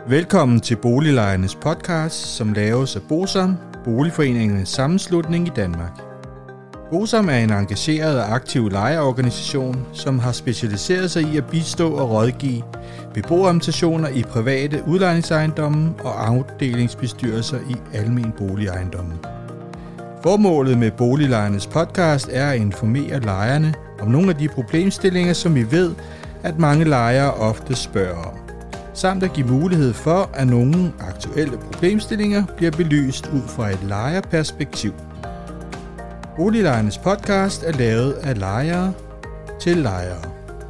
Velkommen til Boliglejernes podcast, som laves af BOSAM, Boligforeningernes Sammenslutning i Danmark. BOSAM er en engageret og aktiv lejerorganisation, som har specialiseret sig i at bistå og rådgive beboerorganisationer i private udlejningsejendomme og afdelingsbestyrelser i almen boligejendomme. Formålet med Boliglejernes podcast er at informere lejerne om nogle af de problemstillinger, som vi ved, at mange lejere ofte spørger om, samt at give mulighed for, at nogle aktuelle problemstillinger bliver belyst ud fra et lejerperspektiv. Boliglejernes podcast er lavet af lejere til lejere.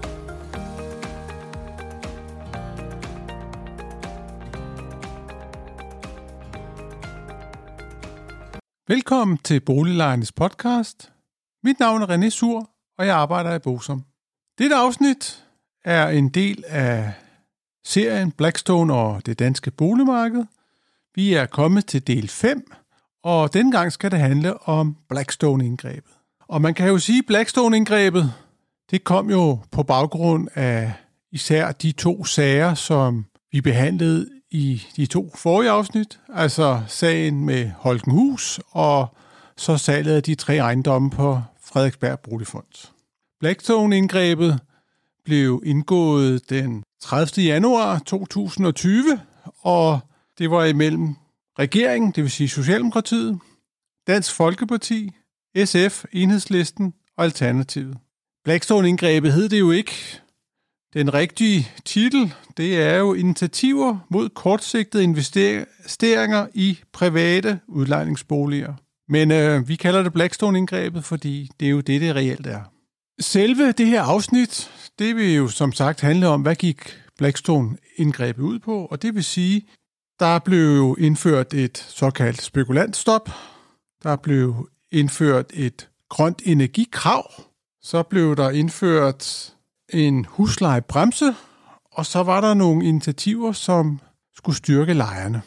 Velkommen til Boliglejernes podcast. Mit navn er René Sur, og jeg arbejder i BOSAM. Dette afsnit er en del af serien Blackstone og det danske boligmarked. Vi er kommet til del 5, og denne gang skal det handle om Blackstone-indgrebet. Og man kan jo sige, at Blackstone-indgrebet, det kom jo på baggrund af især de to sager, som vi behandlede i de to forrige afsnit. Altså sagen med Holkenhus og så salget af de 3 ejendomme på Frederiksberg Boligfond. Blackstone-indgrebet blev indgået den 30. januar 2020, og det var imellem regeringen, det vil sige Socialdemokratiet, Dansk Folkeparti, SF, Enhedslisten og Alternativet. Blackstone-indgrebet hed det jo ikke. Den rigtige titel, det er jo initiativer mod kortsigtede investeringer i private udlejningsboliger. Men vi kalder det Blackstone-indgrebet, fordi det er jo det reelt er. Selve det her afsnit, det vil jo som sagt handle om, hvad gik Blackstone-indgrebet ud på, og det vil sige, der blev jo indført et såkaldt spekulantstop, der blev indført et grønt energikrav, så blev der indført en huslejebremse, og så var der nogle initiativer, som skulle styrke lejerne.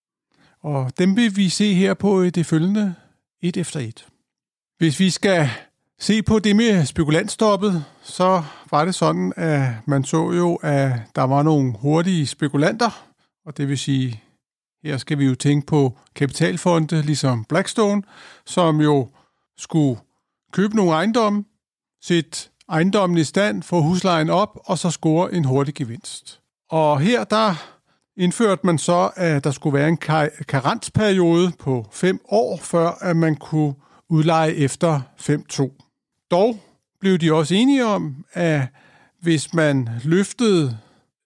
Og dem vil vi se her på det følgende et efter et. Hvis vi skal se på det med spekulantstoppet, så var det sådan, at man så jo, at der var nogle hurtige spekulanter, og det vil sige, her skal vi jo tænke på kapitalfonde, ligesom Blackstone, som jo skulle købe nogle ejendomme, sætte ejendommen i stand, få huslejen op, og så score en hurtig gevinst. Og her der indførte man så, at der skulle være en karensperiode på 5 år, før at man kunne udleje efter 5.2. Dog blev de også enige om, at hvis man løftede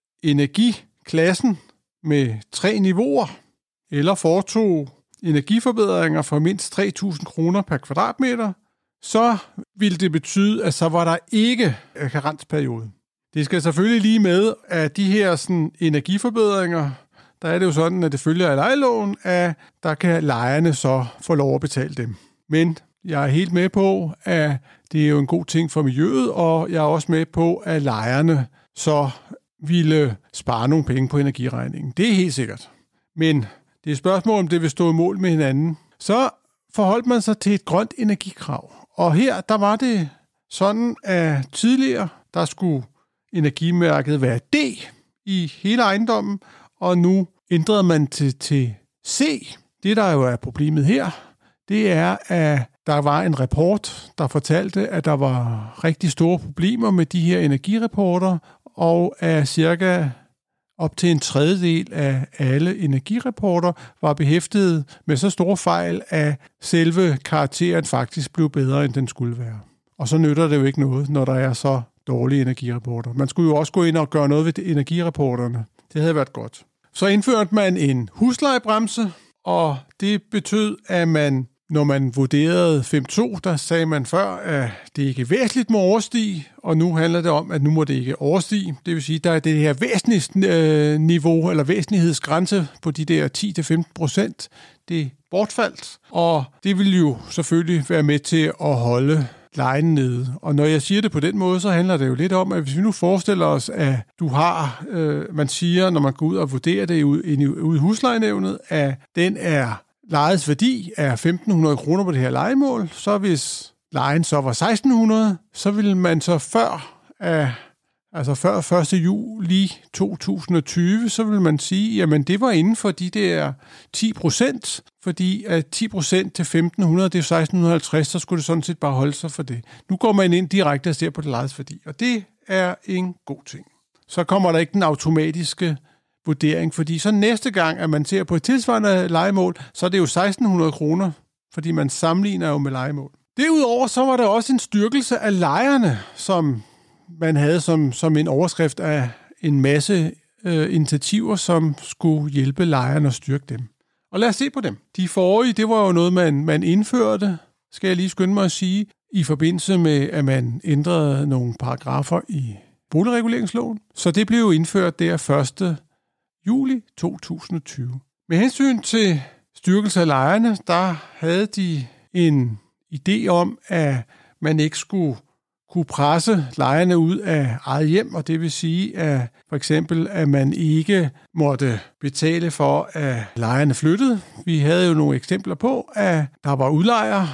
energiklassen med 3 niveauer, eller foretog energiforbedringer for mindst 3.000 kroner per kvadratmeter, så ville det betyde, at så var der ikke karensperiode. Det skal selvfølgelig lige med, at de her energiforbedringer, der er det jo sådan, at det følger af lejeloven, at der kan lejerne så få lov at betale dem. Men jeg er helt med på, at det er jo en god ting for miljøet, og jeg er også med på, at lejerne så ville spare nogle penge på energiregningen. Det er helt sikkert. Men det er et spørgsmål, om det vil stå i mål med hinanden. Så forholdt man sig til et grønt energikrav. Og her, der var det sådan, at tidligere, der skulle energimærket være D i hele ejendommen, og nu ændrede man til C. Det, der jo er problemet her, det er, at der var en rapport, der fortalte, at der var rigtig store problemer med de her energirapporter, og at cirka op til en tredjedel af alle energirapporter var behæftet med så store fejl, at selve karakteren faktisk blev bedre, end den skulle være. Og så nytter det jo ikke noget, når der er så dårlige energirapporter. Man skulle jo også gå ind og gøre noget ved energirapporterne. Det havde været godt. Så indførte man en huslejebremse, og det betød, at man, når man vurderede 5.2, der sagde man før, at det ikke væsentligt må overstige, og nu handler det om, at nu må det ikke overstige. Det vil sige, at der er det her væsentlighedsniveau, eller væsentlighedsgrænse på de der 10-15%, det bortfaldt, og det vil jo selvfølgelig være med til at holde lejen nede. Og når jeg siger det på den måde, så handler det jo lidt om, at hvis vi nu forestiller os, at du har, man siger, når man går ud og vurderer det ude i huslejenævnet, at den er lejets værdi er 1.500 kroner på det her lejemål, så hvis lejen så var 1.600, så ville man så før at altså før 1. juli 2020, så vil man sige, jamen det var inden for de der 10%, fordi at 10% til 1.500, det er 1.650, så skulle det sådan set bare holde sig for det. Nu går man ind direkte og ser på det lejersværdi, og det er en god ting. Så kommer der ikke den automatiske vurdering, fordi så næste gang, at man ser på et tilsvarende lejemål, så er det jo 1.600 kroner, fordi man sammenligner jo med lejemål. Derudover så var der også en styrkelse af lejerne, som man havde som en overskrift af en masse initiativer, som skulle hjælpe lejerne og styrke dem. Og lad os se på dem. De forrige, det var jo noget, man indførte, skal jeg lige skynde mig at sige, i forbindelse med, at man ændrede nogle paragrafer i boligreguleringsloven. Så det blev jo indført der 1. juli 2020. Med hensyn til styrkelse af lejerne, der havde de en idé om, at man ikke skulle kunne presse lejerne ud af eget hjem, og det vil sige, at for eksempel, at man ikke måtte betale for, at lejerne flyttede. Vi havde jo nogle eksempler på, at der var udlejere,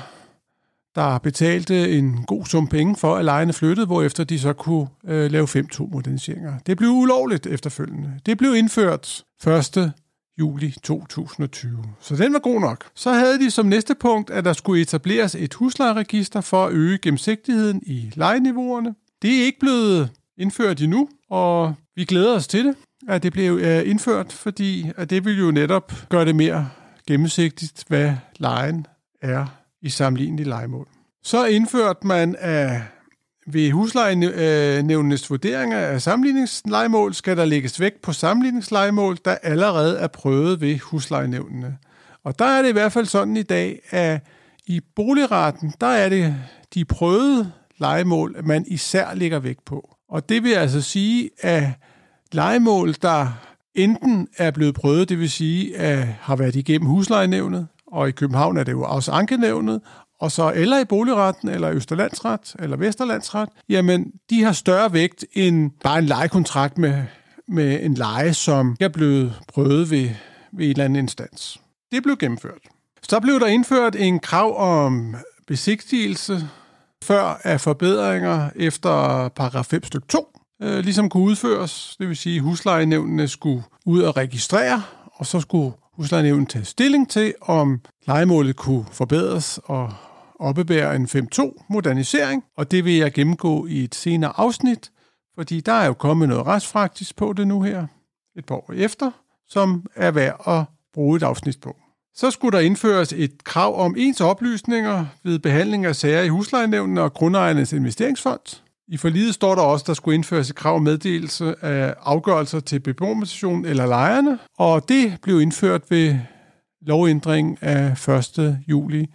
der betalte en god sum penge for, at lejerne flyttede, hvorefter de så kunne lave 5.2-moderniseringer. Det blev ulovligt efterfølgende. Det blev indført 1. juli 2020. Så den var god nok. Så havde de som næste punkt, at der skulle etableres et huslejeregister for at øge gennemsigtigheden i lejeniveauerne. Det er ikke blevet indført endnu, og vi glæder os til det, at det blev indført, fordi at det vil jo netop gøre det mere gennemsigtigt, hvad lejen er i sammenlignelige lejemål. Så indførte man, at ved huslejenævnenes vurderinger af sammenligningslejemål skal der lægges vægt på sammenligningslejemål, der allerede er prøvet ved huslejenævnene. Og der er det i hvert fald sådan i dag, at i boligretten, der er det de prøvede lejemål, man især lægger vægt på. Og det vil altså sige, at lejemål, der enten er blevet prøvet, det vil sige, at har været igennem huslejenævnet, og i København er det jo også ankenævnet, og så eller i boligretten, eller Østerlandsret, eller Vesterlandsret, jamen de har større vægt end bare en lejekontrakt med en leje, som er blevet prøvet ved en eller anden instans. Det blev gennemført. Så blev der indført en krav om besigtigelse før af forbedringer efter paragraf 5 stykke 2, ligesom kunne udføres. Det vil sige, at huslejenævnene skulle ud og registrere, og så skulle huslejenævnet tage stilling til, om lejemålet kunne forbedres og oppebære en 5.2 modernisering, og det vil jeg gennemgå i et senere afsnit, fordi der er jo kommet noget retspraktisk på det nu her, et par år efter, som er værd at bruge et afsnit på. Så skulle der indføres et krav om ens oplysninger ved behandling af sager i huslejenævnene og grundejernes investeringsfond. I forliget står der også, der skulle indføres et krav om meddelelse af afgørelser til beboerorganisationen eller lejerne, og det blev indført ved lovændring af 1. juli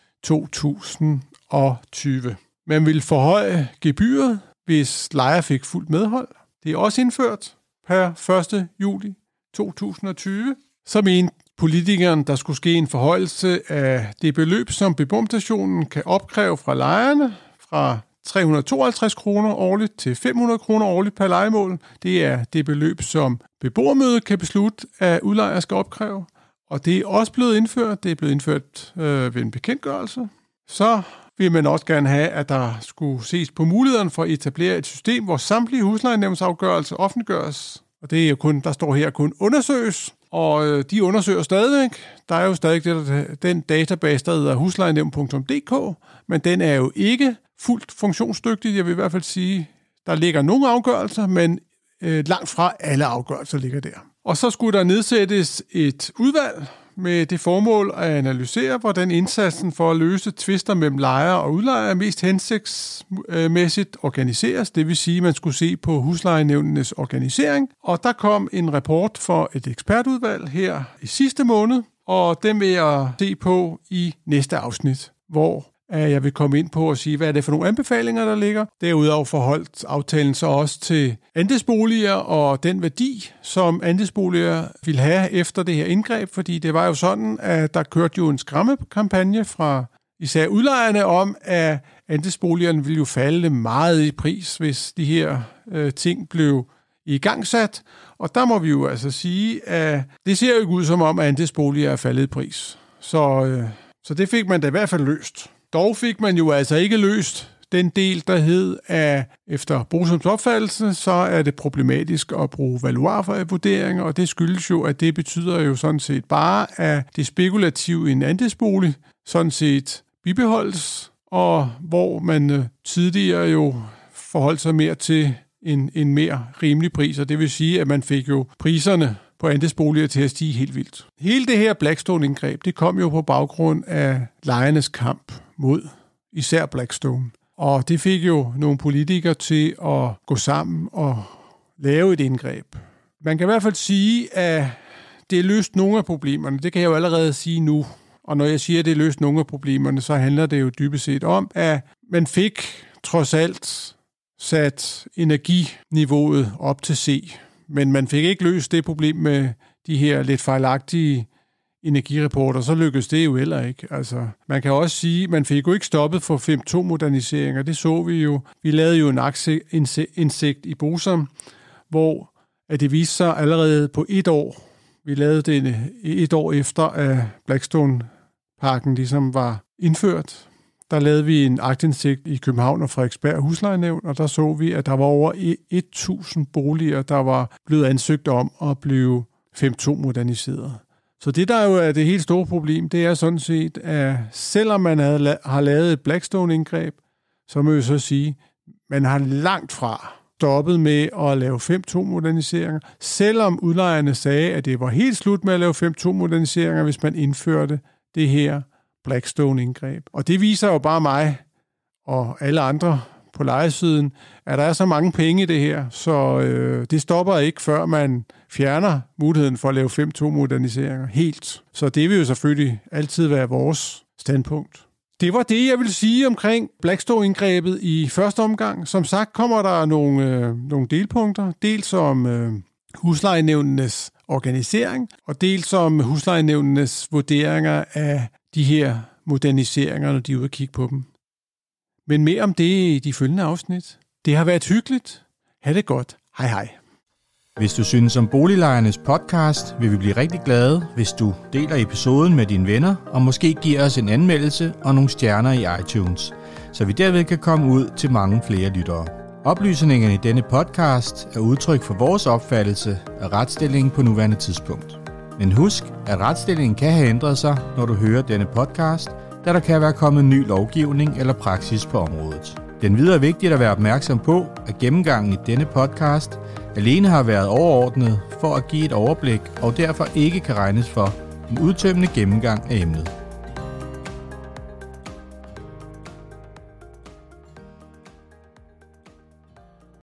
2020. Man ville forhøje gebyret, hvis lejer fik fuldt medhold. Det er også indført per 1. juli 2020. Så mente politikeren, der skulle ske en forhøjelse af det beløb, som beboerorganisationen kan opkræve fra lejerne, fra 352 kroner årligt til 500 kroner årligt per lejemål. Det er det beløb, som beboermødet kan beslutte, at udlejer skal opkræve. Og det er også blevet indført. Det er blevet indført ved en bekendtgørelse. Så vil man også gerne have, at der skulle ses på muligheden for at etablere et system, hvor samtlige huslejenævnsafgørelser offentliggøres. Og det er jo kun, der står her kun undersøges, og de undersøger stadigvæk. Der er jo stadig den database, der hedder huslejenævn.dk, men den er jo ikke fuldt funktionsdygtig. Jeg vil i hvert fald sige, der ligger nogle afgørelser, men langt fra alle afgørelser ligger der. Og så skulle der nedsættes et udvalg med det formål at analysere, hvordan indsatsen for at løse tvister mellem lejere og udlejere mest hensigtsmæssigt organiseres. Det vil sige, at man skulle se på huslejenævnenes organisering. Og der kom en rapport for et ekspertudvalg her i sidste måned, og den vil jeg se på i næste afsnit, hvor jeg vil komme ind på og sige, hvad er det for nogle anbefalinger, der ligger. Derudover forholdt aftalen så også til andelsboliger og den værdi, som andelsboliger ville have efter det her indgreb, fordi det var jo sådan, at der kørte jo en skræmmekampagne fra især udlejerne om, at andelsboligerne ville jo falde meget i pris, hvis de her ting blev igangsat. Og der må vi jo altså sige, at det ser jo ikke ud som om, at andelsboliger er faldet i pris. Så det fik man da i hvert fald løst. Dog fik man jo altså ikke løst den del, der hed, at efter Bosums opfattelse, så er det problematisk at bruge valuarvurderinger, og det skyldes jo, at det betyder jo sådan set bare, at det spekulative i en andelsbolig sådan set bibeholdes, og hvor man tidligere jo forholdt sig mere til en mere rimelig pris, og det vil sige, at man fik jo priserne på andelsboliger til at stige helt vildt. Hele det her Blackstone-indgreb, det kom jo på baggrund af lejernes kamp mod især Blackstone. Og det fik jo nogle politikere til at gå sammen og lave et indgreb. Man kan i hvert fald sige, at det løste nogle af problemerne. Det kan jeg jo allerede sige nu. Og når jeg siger, at det løste nogle af problemerne, så handler det jo dybest set om, at man fik trods alt sat energiniveauet op til C. Men man fik ikke løst det problem med de her lidt fejlagtige energireporter, så lykkedes det jo heller ikke. Altså, man kan også sige, at man fik jo ikke stoppet for 5.2-moderniseringer. Det så vi jo. Vi lavede jo en aktieindsigt i Bosom, hvor at det viste sig allerede på 1 år. Vi lavede det 1 år efter, at Blackstone-parken ligesom var indført. Der lavede vi en aktindsigt i København og Frederiksberg huslejenævn, og der så vi, at der var over 1.000 boliger, der var blevet ansøgt om at blive 5.2-moderniseret. Så det, der jo er det helt store problem, det er sådan set, at selvom man har lavet et Blackstone-indgreb, så må jeg så sige, man har langt fra stoppet med at lave 5.2-moderniseringer, selvom udlejerne sagde, at det var helt slut med at lave 5.2-moderniseringer, hvis man indførte det her Blackstone-indgreb. Og det viser jo bare mig og alle andre på lejesiden, at der er så mange penge i det her, så det stopper ikke, før man fjerner muligheden for at lave 5.2-moderniseringer helt. Så det vil jo selvfølgelig altid være vores standpunkt. Det var det, jeg vil sige omkring Blackstone-indgrebet i første omgang. Som sagt kommer der nogle delpunkter, dels om huslejenævnenes organisering, og dels om huslejenævnenes vurderinger af de her moderniseringer, når de er ude at kigge på dem. Men mere om det i de følgende afsnit. Det har været hyggeligt. Ha' det godt. Hej hej. Hvis du synes om Boliglejernes podcast, vil vi blive rigtig glade, hvis du deler episoden med dine venner, og måske giver os en anmeldelse og nogle stjerner i iTunes, så vi derved kan komme ud til mange flere lyttere. Oplysningerne i denne podcast er udtryk for vores opfattelse af retsstillingen på nuværende tidspunkt. Men husk, at retsstillingen kan have ændret sig, når du hører denne podcast, da der kan være kommet ny lovgivning eller praksis på området. Det er videre vigtigt at være opmærksom på, at gennemgangen i denne podcast alene har været overordnet for at give et overblik og derfor ikke kan regnes for en udtømmende gennemgang af emnet.